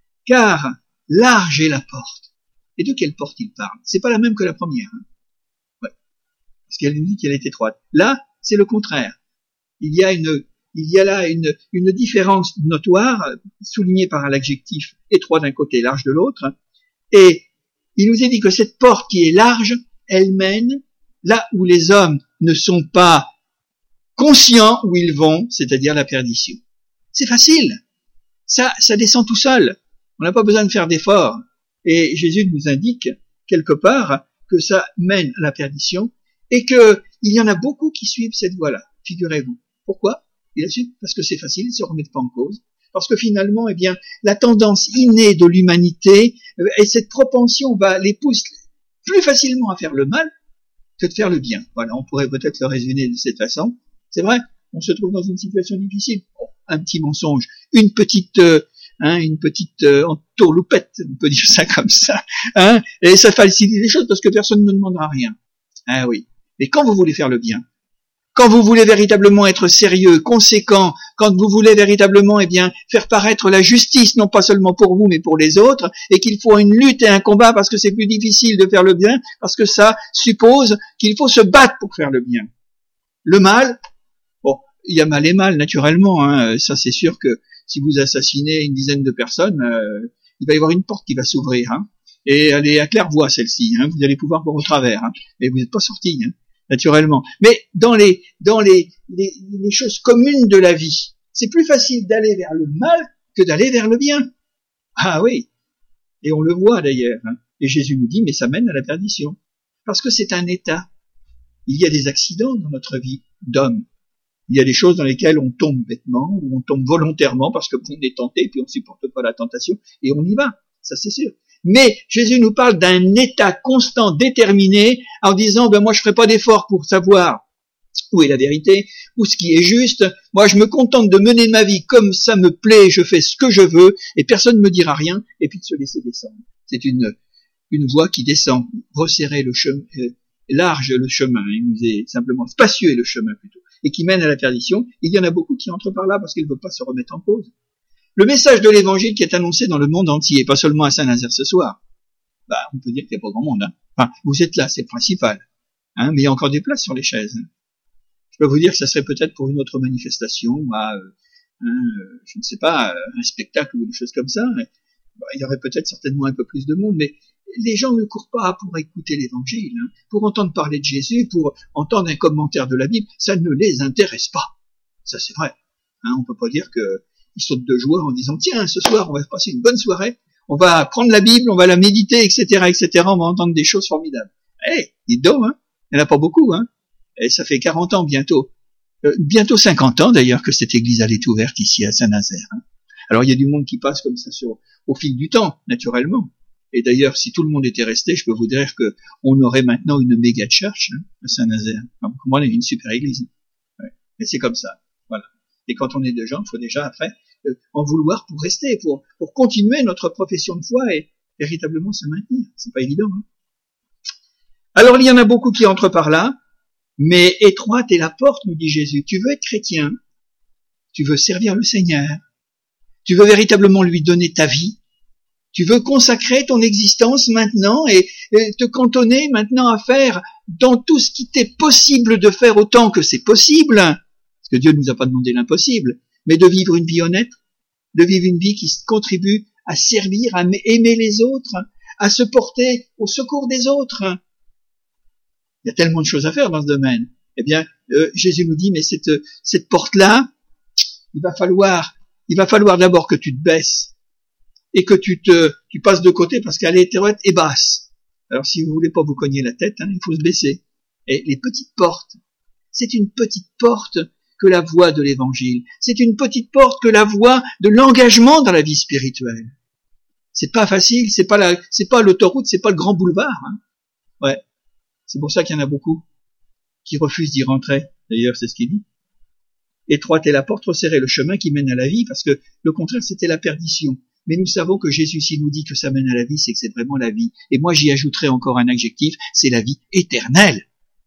car large est la porte. Et de quelle porte il parle? C'est pas la même que la première. Hein. Ouais. Parce qu'elle nous dit qu'elle est étroite. Là, c'est le contraire. Il y a une, il y a là une, une différence notoire, soulignée par l'adjectif étroit d'un côté, large de l'autre. Et il nous est dit que cette porte qui est large, elle mène là où les hommes ne sont pas conscients où ils vont, c'est-à-dire la perdition. C'est facile. Ça, ça descend tout seul. On n'a pas besoin de faire d'efforts. Et Jésus nous indique, quelque part, que ça mène à la perdition et que il y en a beaucoup qui suivent cette voie-là. Figurez-vous. Pourquoi? Il a su parce que c'est facile, ils ne se remettent pas en cause. Parce que finalement, eh bien, la tendance innée de l'humanité et cette propension va les pousser plus facilement à faire le mal que de faire le bien. Voilà, on pourrait peut-être le résumer de cette façon. C'est vrai, on se trouve dans une situation difficile. Oh, un petit mensonge, une petite, euh, hein, une petite euh, entourloupette, on peut dire ça comme ça, hein, et ça facilite les choses parce que personne ne demandera rien. Ah oui. Mais quand vous voulez faire le bien, quand vous voulez véritablement être sérieux, conséquent, quand vous voulez véritablement, eh bien, faire paraître la justice, non pas seulement pour vous, mais pour les autres, et qu'il faut une lutte et un combat parce que c'est plus difficile de faire le bien, parce que ça suppose qu'il faut se battre pour faire le bien. Le mal, bon, il y a mal et mal, naturellement, hein, ça c'est sûr que si vous assassinez une dizaine de personnes, euh, il va y avoir une porte qui va s'ouvrir, hein, et elle est à claire-voie celle-ci, hein, vous allez pouvoir voir au travers, hein, mais vous n'êtes pas sorti, hein. Naturellement. Mais dans les dans les, les, les choses communes de la vie, c'est plus facile d'aller vers le mal que d'aller vers le bien. Ah oui. Et on le voit d'ailleurs. Hein. Et Jésus nous dit, mais ça mène à la perdition. Parce que c'est un état. Il y a des accidents dans notre vie d'homme. Il y a des choses dans lesquelles on tombe bêtement, ou on tombe volontairement parce que on est tenté, puis on supporte pas la tentation, et on y va. Ça c'est sûr. Mais Jésus nous parle d'un état constant, déterminé, en disant, ben moi je ferai pas d'effort pour savoir où est la vérité, où ce qui est juste. Moi, je me contente de mener ma vie comme ça me plaît, je fais ce que je veux, et personne ne me dira rien, et puis de se laisser descendre. C'est une, une voie qui descend, resserrer le chemin, euh, large le chemin, il nous est simplement spacieux le chemin plutôt, et qui mène à la perdition. Il y en a beaucoup qui entrent par là parce qu'ils ne veulent pas se remettre en cause. Le message de l'évangile qui est annoncé dans le monde entier, pas seulement à Saint-Nazaire ce soir, bah, on peut dire qu'il n'y a pas grand monde, hein. Enfin, vous êtes là, c'est le principal, hein, mais il y a encore des places sur les chaises. Je peux vous dire que ça serait peut-être pour une autre manifestation, à, euh, hein, je ne sais pas, un spectacle ou des choses comme ça. Bah, il y aurait peut-être certainement un peu plus de monde, mais les gens ne courent pas pour écouter l'évangile, hein, pour entendre parler de Jésus, pour entendre un commentaire de la Bible, ça ne les intéresse pas. Ça c'est vrai. Hein, on peut pas dire qu'ils sautent de joie en disant tiens, ce soir on va passer une bonne soirée, on va prendre la Bible, on va la méditer, et cetera, et cetera. On va entendre des choses formidables. Eh, hey, dites donc, hein, il n'y en a pas beaucoup, hein. Et ça fait quarante ans bientôt, euh, bientôt cinquante ans d'ailleurs que cette église elle est ouverte ici à Saint-Nazaire. Hein. Alors il y a du monde qui passe comme ça sur, au fil du temps, naturellement. Et d'ailleurs, si tout le monde était resté, je peux vous dire que on aurait maintenant une méga church hein, à Saint-Nazaire. Enfin, pour moi, on est une super église. Ouais. Et c'est comme ça. Voilà. Et quand on est deux gens, il faut déjà après euh, en vouloir pour rester, pour pour continuer notre profession de foi et véritablement se maintenir. C'est pas évident. Hein. Alors il y en a beaucoup qui entrent par là, mais étroite est la porte, nous dit Jésus. Tu veux être chrétien, tu veux servir le Seigneur, tu veux véritablement lui donner ta vie. Tu veux consacrer ton existence maintenant et, et te cantonner maintenant à faire dans tout ce qui t'est possible de faire autant que c'est possible, parce que Dieu ne nous a pas demandé l'impossible, mais de vivre une vie honnête, de vivre une vie qui contribue à servir, à aimer les autres, à se porter au secours des autres. Il y a tellement de choses à faire dans ce domaine. Eh bien, euh, Jésus nous dit, mais cette, cette porte-là, il va falloir, il va falloir d'abord que tu te baisses. Et que tu te, tu passes de côté parce qu'elle est étroite et basse. Alors si vous voulez pas vous cogner la tête, hein, il faut se baisser. Et les petites portes, c'est une petite porte que la voie de l'évangile. C'est une petite porte que la voie de l'engagement dans la vie spirituelle. C'est pas facile, c'est pas la, c'est pas l'autoroute, c'est pas le grand boulevard. Hein. Ouais. C'est pour ça qu'il y en a beaucoup qui refusent d'y rentrer. D'ailleurs, c'est ce qu'il dit. Étroite est la porte, resserrez le chemin qui mène à la vie, parce que le contraire, c'était la perdition. Mais nous savons que Jésus, s'il nous dit que ça mène à la vie, c'est que c'est vraiment la vie. Et moi, j'y ajouterai encore un adjectif, c'est la vie éternelle.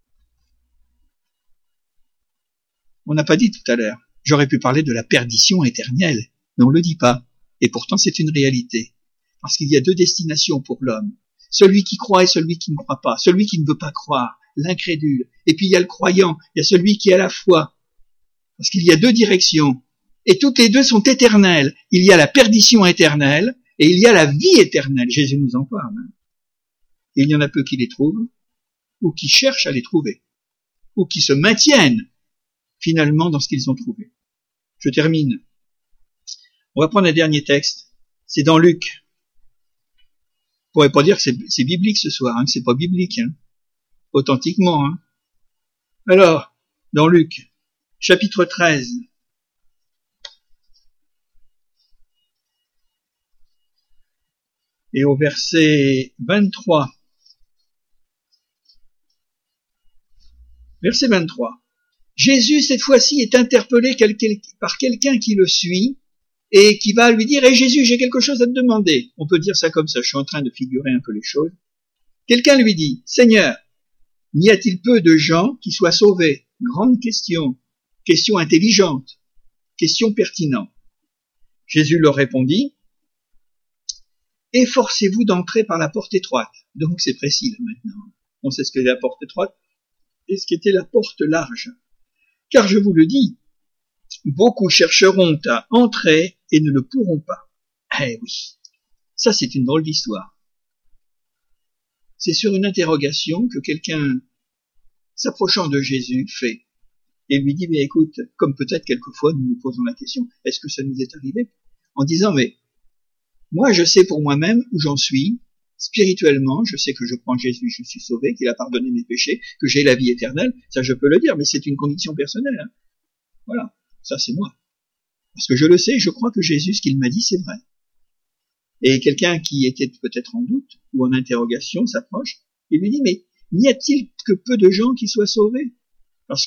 On n'a pas dit tout à l'heure. J'aurais pu parler de la perdition éternelle, mais on ne le dit pas. Et pourtant, c'est une réalité. Parce qu'il y a deux destinations pour l'homme. Celui qui croit et celui qui ne croit pas. Celui qui ne veut pas croire, l'incrédule. Et puis il y a le croyant, il y a celui qui a la foi. Parce qu'il y a deux directions. Et toutes les deux sont éternelles. Il y a la perdition éternelle et il y a la vie éternelle. Jésus nous en parle. Et il y en a peu qui les trouvent, ou qui cherchent à les trouver, ou qui se maintiennent finalement dans ce qu'ils ont trouvé. Je termine. On va prendre un dernier texte. C'est dans Luc. On pourrait pas dire que c'est, c'est biblique ce soir, hein, que c'est pas biblique, hein, authentiquement. Hein. Alors, dans Luc, chapitre treize. Et au verset vingt-trois. Verset vingt-trois. Jésus, cette fois-ci, est interpellé par quelqu'un qui le suit et qui va lui dire « Hé hey Jésus, j'ai quelque chose à te demander. » On peut dire ça comme ça, je suis en train de figurer un peu les choses. Quelqu'un lui dit « Seigneur, n'y a-t-il peu de gens qui soient sauvés ?» Grande question, question intelligente, question pertinente. Jésus leur répondit « Efforcez-vous d'entrer par la porte étroite. » Donc c'est précis là maintenant. On sait ce qu'est la porte étroite et ce qu'était la porte large. Car je vous le dis, beaucoup chercheront à entrer et ne le pourront pas. Eh oui, ça c'est une drôle d'histoire. C'est sur une interrogation que quelqu'un, s'approchant de Jésus, fait et lui dit, mais écoute, comme peut-être quelquefois nous nous posons la question, est-ce que ça nous est arrivé? En disant, mais moi je sais pour moi-même où j'en suis, spirituellement, je sais que je crois en Jésus, je suis sauvé, qu'il a pardonné mes péchés, que j'ai la vie éternelle, ça je peux le dire, mais c'est une conviction personnelle. Hein. Voilà, ça c'est moi. Parce que je le sais, je crois que Jésus, ce qu'il m'a dit, c'est vrai. Et quelqu'un qui était peut-être en doute ou en interrogation s'approche et lui dit, mais n'y a-t-il que peu de gens qui soient sauvés? Parce que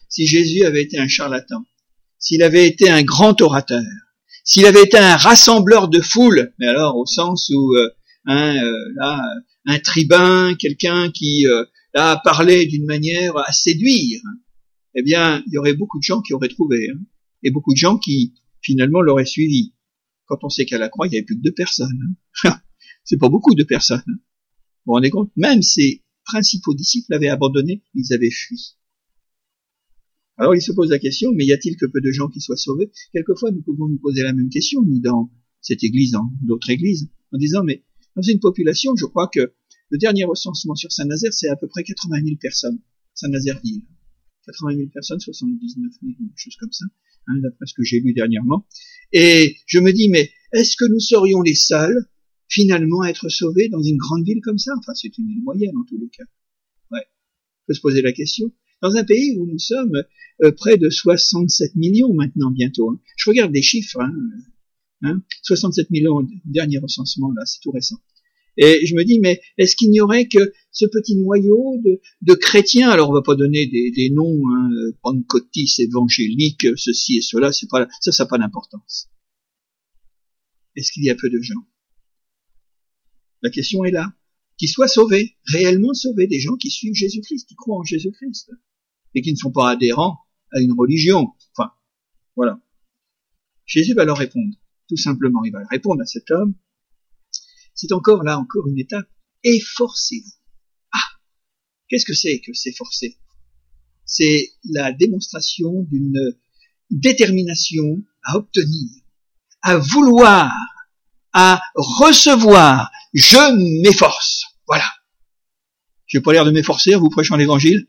si Jésus avait été un charlatan, s'il avait été un grand orateur, s'il avait été un rassembleur de foule, mais alors au sens où euh, hein, euh, là, un tribun, quelqu'un qui euh, là parlait d'une manière à séduire, eh bien, il y aurait beaucoup de gens qui auraient trouvé, hein, et beaucoup de gens qui finalement l'auraient suivi. Quand on sait qu'à la croix, il n'y avait plus que deux personnes. Hein. C'est pas beaucoup de personnes. Hein. Vous vous rendez compte? Même ses principaux disciples l'avaient abandonné, ils avaient fui. Alors il se pose la question, mais y a-t-il que peu de gens qui soient sauvés? Quelquefois, nous pouvons nous poser la même question, nous, dans cette église, dans d'autres églises, en disant, mais dans une population, je crois que le dernier recensement sur Saint-Nazaire, c'est à peu près quatre-vingt mille personnes. Saint-Nazaire-Ville. quatre-vingt mille personnes, soixante-dix-neuf mille, quelque chose comme ça, hein, d'après ce que j'ai lu dernièrement. Et je me dis, mais est-ce que nous serions les seuls, finalement, à être sauvés dans une grande ville comme ça? Enfin, c'est une ville moyenne, en tous les cas. Ouais. On peut se poser la question. Dans un pays où nous sommes euh, près de soixante-sept millions maintenant, bientôt. Hein. Je regarde des chiffres, hein, hein, soixante-sept millions, dernier recensement, là, c'est tout récent. Et je me dis, mais est-ce qu'il n'y aurait que ce petit noyau de, de chrétiens? Alors, on va pas donner des, des noms, hein, pentecôtistes, évangéliques, ceci et cela, c'est pas, ça, ça n'a pas d'importance. Est-ce qu'il y a peu de gens? La question est là. Qui soient sauvés, réellement sauvés, des gens qui suivent Jésus-Christ, qui croient en Jésus-Christ, et qui ne sont pas adhérents à une religion. Enfin, voilà. Jésus va leur répondre, tout simplement, il va répondre à cet homme. C'est encore là, encore une étape. Efforcez-vous. Ah, qu'est-ce que c'est que s'efforcer? C'est la démonstration d'une détermination à obtenir, à vouloir, à recevoir. Je m'efforce. Voilà. J'ai pas l'air de m'efforcer en vous prêchant l'évangile.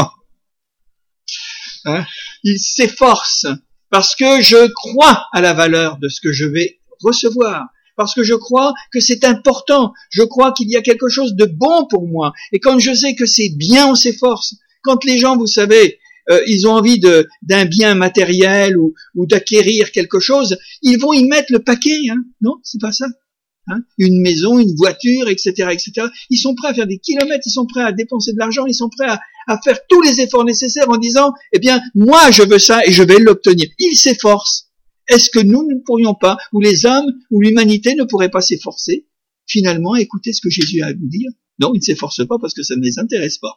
Hein? Il s'efforce parce que je crois à la valeur de ce que je vais recevoir. Parce que je crois que c'est important. Je crois qu'il y a quelque chose de bon pour moi. Et quand je sais que c'est bien, on s'efforce. Quand les gens, vous savez, euh, ils ont envie de, d'un bien matériel ou, ou d'acquérir quelque chose, ils vont y mettre le paquet. Hein? Non, c'est pas ça. Hein, une maison, une voiture, et cetera, et cetera. Ils sont prêts à faire des kilomètres, ils sont prêts à dépenser de l'argent, ils sont prêts à, à faire tous les efforts nécessaires en disant, eh bien, moi je veux ça et je vais l'obtenir. Ils s'efforcent. Est-ce que nous ne pourrions pas, ou les hommes, ou l'humanité ne pourrait pas s'efforcer, finalement, à écouter ce que Jésus a à nous dire? Non, ils ne s'efforcent pas parce que ça ne les intéresse pas.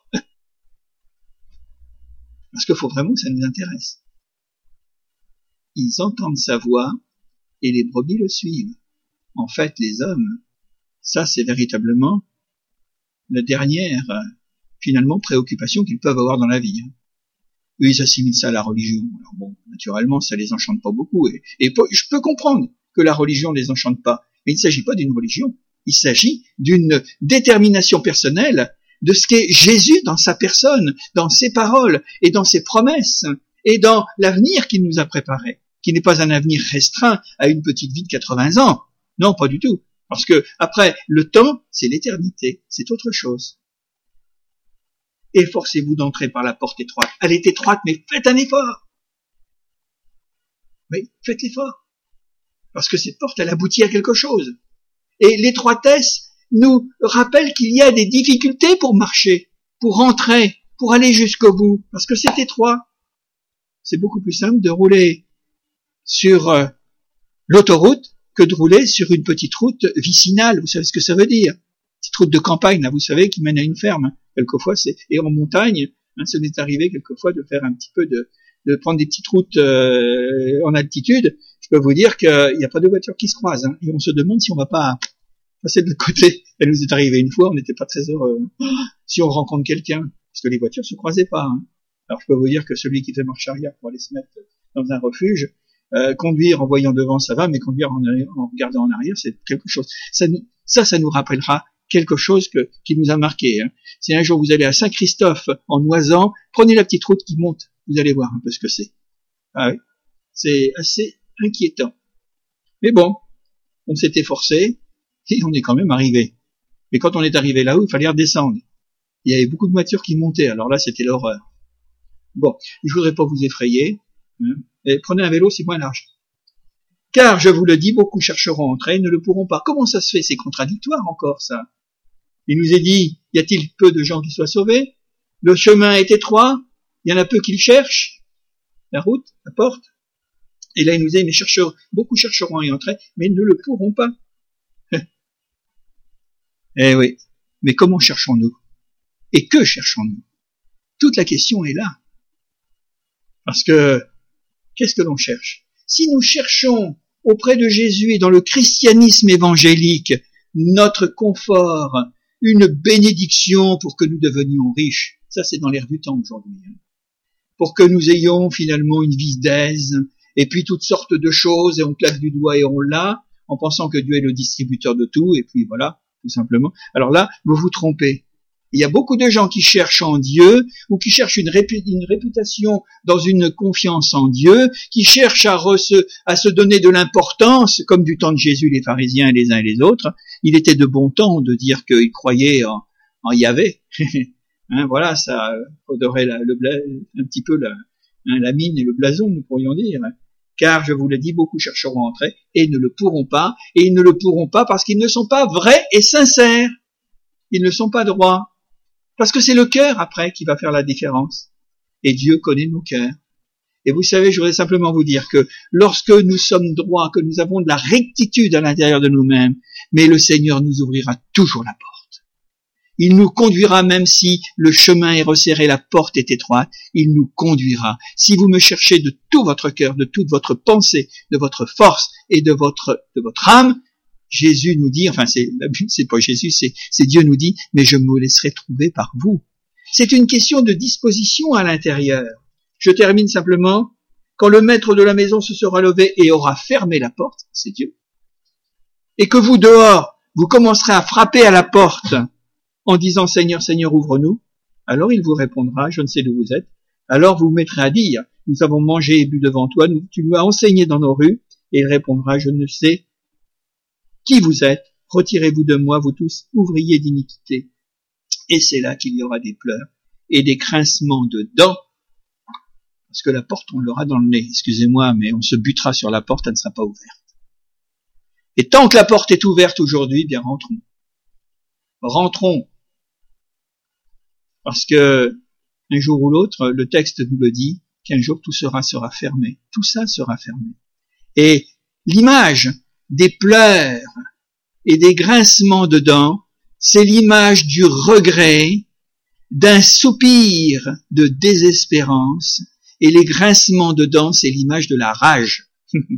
Parce qu'il faut vraiment que ça nous intéresse. Ils entendent sa voix et les brebis le suivent. En fait, les hommes, ça c'est véritablement la dernière, finalement, préoccupation qu'ils peuvent avoir dans la vie. Eux, ils assimilent ça à la religion. Alors bon, naturellement, ça les enchante pas beaucoup. Et, et je peux comprendre que la religion les enchante pas. Mais il ne s'agit pas d'une religion. Il s'agit d'une détermination personnelle de ce qu'est Jésus dans sa personne, dans ses paroles et dans ses promesses et dans l'avenir qu'il nous a préparé, qui n'est pas un avenir restreint à une petite vie de quatre-vingts ans. Non, pas du tout. Parce que, après, le temps, c'est l'éternité. C'est autre chose. Efforcez-vous d'entrer par la porte étroite. Elle est étroite, mais faites un effort. Oui, faites l'effort. Parce que cette porte, elle aboutit à quelque chose. Et l'étroitesse nous rappelle qu'il y a des difficultés pour marcher, pour rentrer, pour aller jusqu'au bout. Parce que c'est étroit. C'est beaucoup plus simple de rouler sur euh, l'autoroute que de rouler sur une petite route vicinale. Vous savez ce que ça veut dire? Petite route de campagne, là, vous savez, qui mène à une ferme. Quelquefois, c'est, et en montagne, hein, ça nous est arrivé quelquefois de faire un petit peu de, de prendre des petites routes euh, en altitude. Je peux vous dire qu'il n'y a pas de voitures qui se croisent, hein, et on se demande si on va pas passer de l'autre côté. Elle nous est arrivée une fois, on n'était pas très heureux. Si on rencontre quelqu'un, parce que les voitures se croisaient pas. Hein. Alors je peux vous dire que celui qui fait marche arrière pour aller se mettre dans un refuge, Euh, conduire en voyant devant, ça va, mais conduire en, en regardant en arrière, c'est quelque chose. Ça, ça, ça nous rappellera quelque chose que, qui nous a marqué. Hein. Si un jour vous allez à Saint-Christophe en Noisan, prenez la petite route qui monte, vous allez voir un peu ce que c'est. Ah oui, c'est assez inquiétant. Mais bon, on s'est efforcé et on est quand même arrivé. Mais quand on est arrivé là-haut, il fallait redescendre. Il y avait beaucoup de voitures qui montaient, alors là, c'était l'horreur. Bon, je voudrais pas vous effrayer. Hein. Et prenez un vélo, c'est moins large. Car, je vous le dis, beaucoup chercheront à entrer, ne le pourront pas. Comment ça se fait? C'est contradictoire encore, ça. Il nous est dit, y a-t-il peu de gens qui soient sauvés? Le chemin est étroit, il y en a peu qui le cherchent. la route, la porte. Et là, il nous dit, mais chercheront, beaucoup chercheront à y entrer, mais ne le pourront pas. Eh oui, mais comment cherchons-nous? Et que cherchons-nous? Toute la question est là. Parce que, qu'est-ce que l'on cherche? Si nous cherchons auprès de Jésus et dans le christianisme évangélique notre confort, une bénédiction pour que nous devenions riches, ça c'est dans l'air du temps aujourd'hui, hein. Pour que nous ayons finalement une vie d'aise, et puis toutes sortes de choses, et on claque du doigt et on l'a, en pensant que Dieu est le distributeur de tout, et puis voilà, tout simplement. Alors là, vous vous trompez. Il y a beaucoup de gens qui cherchent en Dieu, ou qui cherchent une, répu- une réputation dans une confiance en Dieu, qui cherchent à, re- à se donner de l'importance, comme du temps de Jésus, les pharisiens les uns et les autres. Il était de bon temps de dire qu'ils croyaient en, en Yahvé. Hein, voilà, ça redorait la, le, un petit peu la, hein, la mine et le blason, nous pourrions dire. Car, je vous l'ai dit, beaucoup chercheront à entrer et ne le pourront pas, et ils ne le pourront pas parce qu'ils ne sont pas vrais et sincères. Ils ne sont pas droits. Parce que c'est le cœur, après, qui va faire la différence. Et Dieu connaît nos cœurs. Et vous savez, je voudrais simplement vous dire que lorsque nous sommes droits, que nous avons de la rectitude à l'intérieur de nous-mêmes, mais le Seigneur nous ouvrira toujours la porte. Il nous conduira même si le chemin est resserré, la porte est étroite, il nous conduira. Si vous me cherchez de tout votre cœur, de toute votre pensée, de votre force et de votre, de votre âme, Jésus nous dit, enfin c'est, c'est pas Jésus, c'est, c'est Dieu nous dit, mais je me laisserai trouver par vous. C'est une question de disposition à l'intérieur. Je termine simplement, quand le maître de la maison se sera levé et aura fermé la porte, c'est Dieu, et que vous dehors, vous commencerez à frapper à la porte, en disant « Seigneur, Seigneur, ouvre-nous », alors il vous répondra « Je ne sais d'où vous êtes ». Alors vous vous mettrez à dire « Nous avons mangé et bu devant toi, nous, tu nous as enseigné dans nos rues ». Et il répondra « Je ne sais qui vous êtes, retirez-vous de moi, vous tous, ouvriers d'iniquité ». Et c'est là qu'il y aura des pleurs et des grincements de dents, parce que la porte, on l'aura dans le nez. Excusez-moi, mais on se butera sur la porte, elle ne sera pas ouverte. Et tant que la porte est ouverte aujourd'hui, bien rentrons. Rentrons. Parce que, un jour ou l'autre, le texte nous le dit, qu'un jour tout sera, sera fermé. Tout ça sera fermé. Et l'image des pleurs et des grincements de dents, c'est l'image du regret, d'un soupir de désespérance, et les grincements de dents, c'est l'image de la rage.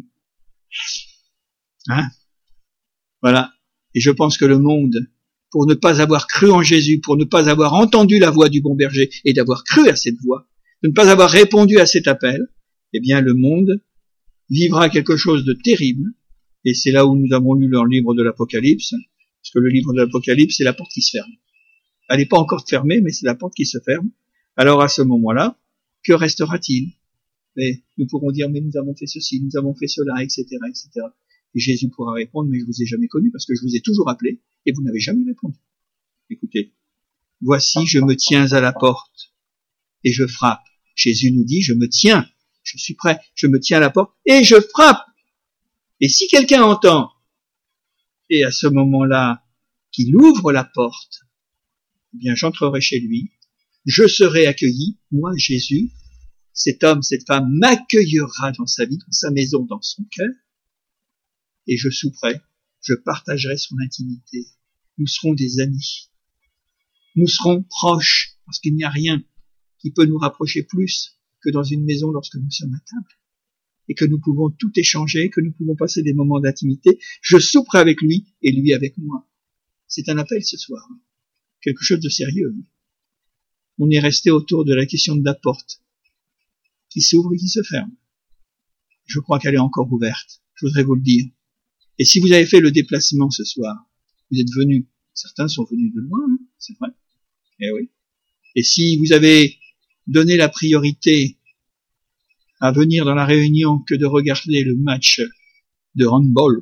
Hein? Voilà. Et je pense que le monde, pour ne pas avoir cru en Jésus, pour ne pas avoir entendu la voix du bon berger et d'avoir cru à cette voix, de ne pas avoir répondu à cet appel, eh bien le monde vivra quelque chose de terrible. Et c'est là où nous avons lu le livre de l'Apocalypse, parce que le livre de l'Apocalypse, c'est la porte qui se ferme. Elle n'est pas encore fermée, mais c'est la porte qui se ferme. Alors à ce moment-là, que restera-t-il? Et nous pourrons dire, mais nous avons fait ceci, nous avons fait cela, et cetera, et cetera. Et Jésus pourra répondre, mais je vous ai jamais connu, parce que je vous ai toujours appelé, et vous n'avez jamais répondu. Écoutez, voici, je me tiens à la porte, et je frappe. Jésus nous dit, je me tiens, je suis prêt, je me tiens à la porte, et je frappe. Et si quelqu'un entend, et à ce moment-là, qu'il ouvre la porte, eh bien j'entrerai chez lui, je serai accueilli, moi Jésus, cet homme, cette femme m'accueillera dans sa vie, dans sa maison, dans son cœur, et je souperai, je partagerai son intimité. Nous serons des amis. Nous serons proches, parce qu'il n'y a rien qui peut nous rapprocher plus que dans une maison lorsque nous sommes à table, et que nous pouvons tout échanger, que nous pouvons passer des moments d'intimité. Je souperai avec lui, et lui avec moi. C'est un appel ce soir. Quelque chose de sérieux. On est resté autour de la question de la porte, qui s'ouvre et qui se ferme. Je crois qu'elle est encore ouverte. Je voudrais vous le dire. Et si vous avez fait le déplacement ce soir, vous êtes venus, certains sont venus de loin, hein, c'est vrai. Eh oui. Et si vous avez donné la priorité à venir dans la réunion que de regarder le match de handball,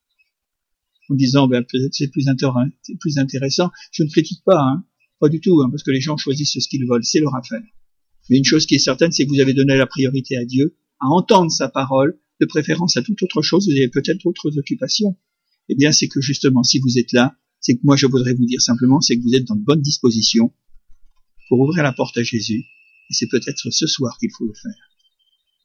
en disant, ben, peut-être c'est plus intéressant, c'est plus intéressant, je ne critique pas, hein, pas du tout, hein, parce que les gens choisissent ce qu'ils veulent, c'est leur affaire. Mais une chose qui est certaine, c'est que vous avez donné la priorité à Dieu, à entendre sa parole, de préférence à toute autre chose, vous avez peut-être d'autres occupations. Eh bien, c'est que justement, si vous êtes là, c'est que moi je voudrais vous dire simplement, c'est que vous êtes dans de bonnes dispositions pour ouvrir la porte à Jésus, et c'est peut-être ce soir qu'il faut le faire.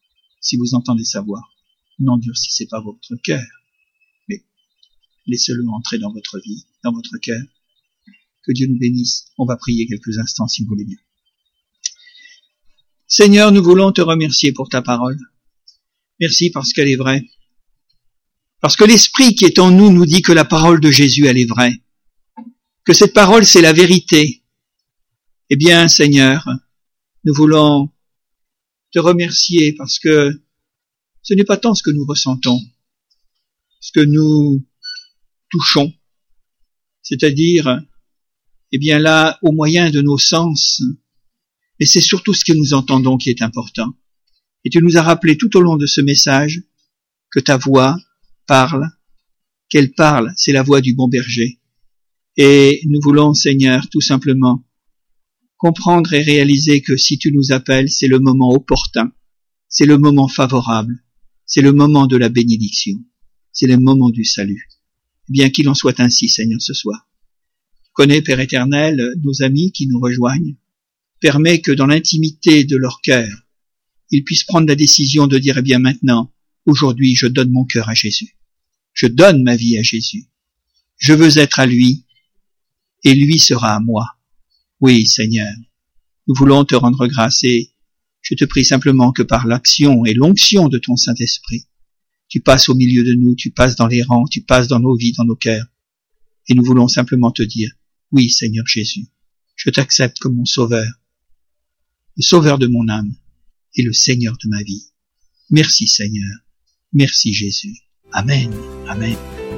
si vous entendez sa voix. N'endurcissez pas votre cœur, mais laissez-le entrer dans votre vie, dans votre cœur. Que Dieu nous bénisse. On va prier quelques instants si vous voulez bien. Seigneur, nous voulons te remercier pour ta parole. Merci parce qu'elle est vraie. Parce que l'Esprit qui est en nous nous dit que la parole de Jésus, elle est vraie. Que cette parole, c'est la vérité. Eh bien, Seigneur, nous voulons te remercier parce que ce n'est pas tant ce que nous ressentons, ce que nous touchons, c'est-à-dire, eh bien là, au moyen de nos sens, et c'est surtout ce que nous entendons qui est important. Et tu nous as rappelé tout au long de ce message que ta voix parle, qu'elle parle, c'est la voix du bon berger. Et nous voulons, Seigneur, tout simplement comprendre et réaliser que si tu nous appelles, c'est le moment opportun, c'est le moment favorable, c'est le moment de la bénédiction, c'est le moment du salut. Bien qu'il en soit ainsi, Seigneur, ce soir. Connais, Père éternel, nos amis qui nous rejoignent, permets que dans l'intimité de leur cœur, ils puissent prendre la décision de dire, eh bien maintenant, aujourd'hui, je donne mon cœur à Jésus. Je donne ma vie à Jésus. Je veux être à lui, et lui sera à moi. Oui, Seigneur, nous voulons te rendre grâce et je te prie simplement que par l'action et l'onction de ton Saint-Esprit, tu passes au milieu de nous, tu passes dans les rangs, tu passes dans nos vies, dans nos cœurs. Et nous voulons simplement te dire, oui, Seigneur Jésus, je t'accepte comme mon sauveur, le sauveur de mon âme et le Seigneur de ma vie. Merci, Seigneur. Merci, Jésus. Amen. Amen.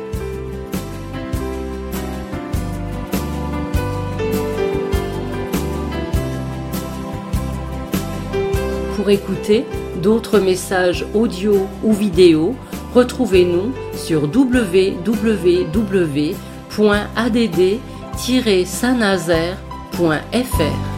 Pour écouter d'autres messages audio ou vidéo, retrouvez-nous sur w w w point a d d tiret saint nazaire point f r.